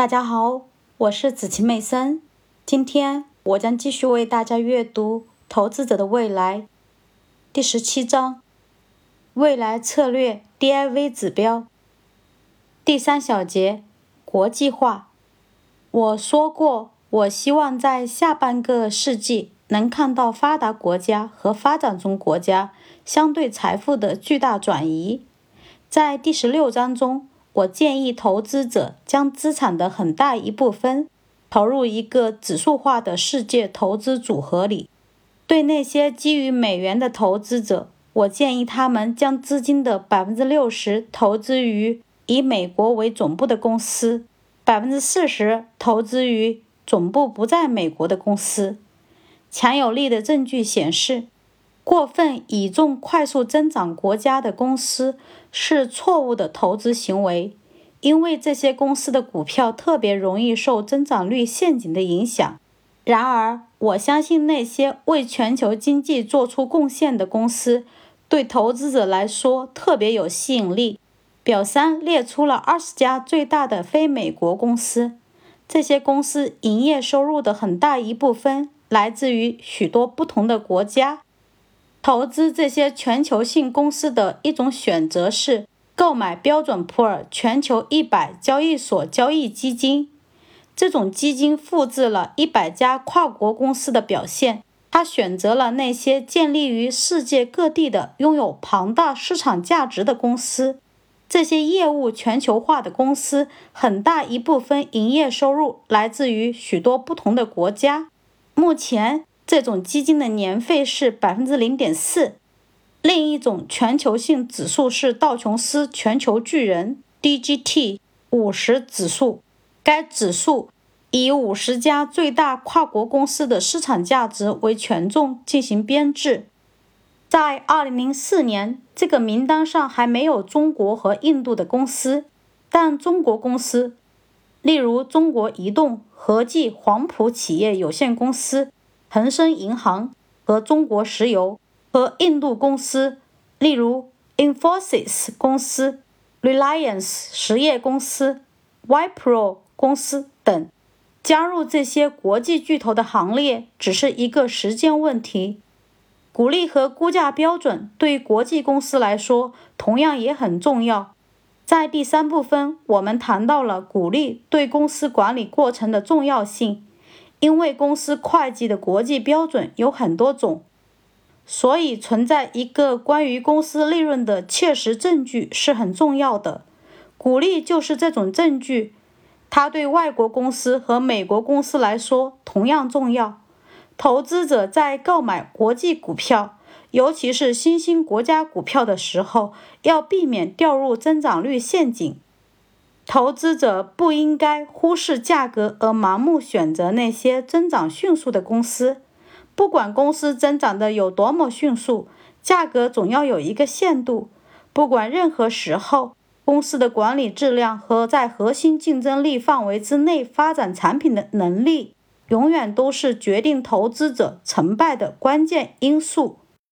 大家好，我是子琪妹森。今天我将继续为大家阅读《投资者的未来》第17章未来策略 DIV 指标第3小节国际化。我说过，我希望在下半个世纪能看到发达国家和发展中国家相对财富的巨大转移。在第16章中，我建议投资者将资产的很大一部分投入一个指数化的世界投资组合里。对那些基于美元的投资者，我建议他们将资金的 60% 投资于以美国为总部的公司， 40% 投资于总部不在美国的公司。强有力的证据显示，过分倚重快速增长国家的公司是错误的投资行为，因为这些公司的股票特别容易受增长率陷阱的影响。然而，我相信那些为全球经济做出贡献的公司对投资者来说特别有吸引力。表3列出了20家最大的非美国公司，这些公司营业收入的很大一部分来自于许多不同的国家。投资这些全球性公司的一种选择是购买标准普尔全球100交易所交易基金。这种基金复制了100家跨国公司的表现，它选择了那些建立于世界各地的拥有庞大市场价值的公司。这些业务全球化的公司很大一部分营业收入来自于许多不同的国家。目前这种基金的年费是 0.4%。 另一种全球性指数是道琼斯全球巨人 DJT 50指数，该指数以50家最大跨国公司的市场价值为权重进行编制。在2004年，这个名单上还没有中国和印度的公司，但中国公司，例如中国移动、和记黄埔企业有限公司、恒生银行和中国石油，和印度公司，例如 Infosys 公司、Reliance 实业公司、Wipro 公司等。加入这些国际巨头的行列只是一个时间问题。股利和估价标准对于国际公司来说同样也很重要。在第3部分，我们谈到了股利对公司管理过程的重要性。因为公司会计的国际标准有很多种，所以存在一个关于公司利润的切实证据是很重要的。股利就是这种证据，它对外国公司和美国公司来说同样重要。投资者在购买国际股票，尤其是新兴国家股票的时候，要避免掉入增长率陷阱。投资者不应该忽视价格而盲目选择那些增长迅速的公司。不管公司增长的有多么迅速，价格总要有一个限度。不管任何时候，公司的管理质量和在核心竞争力范围之内发展产品的能力，永远都是决定投资者成败的关键因素。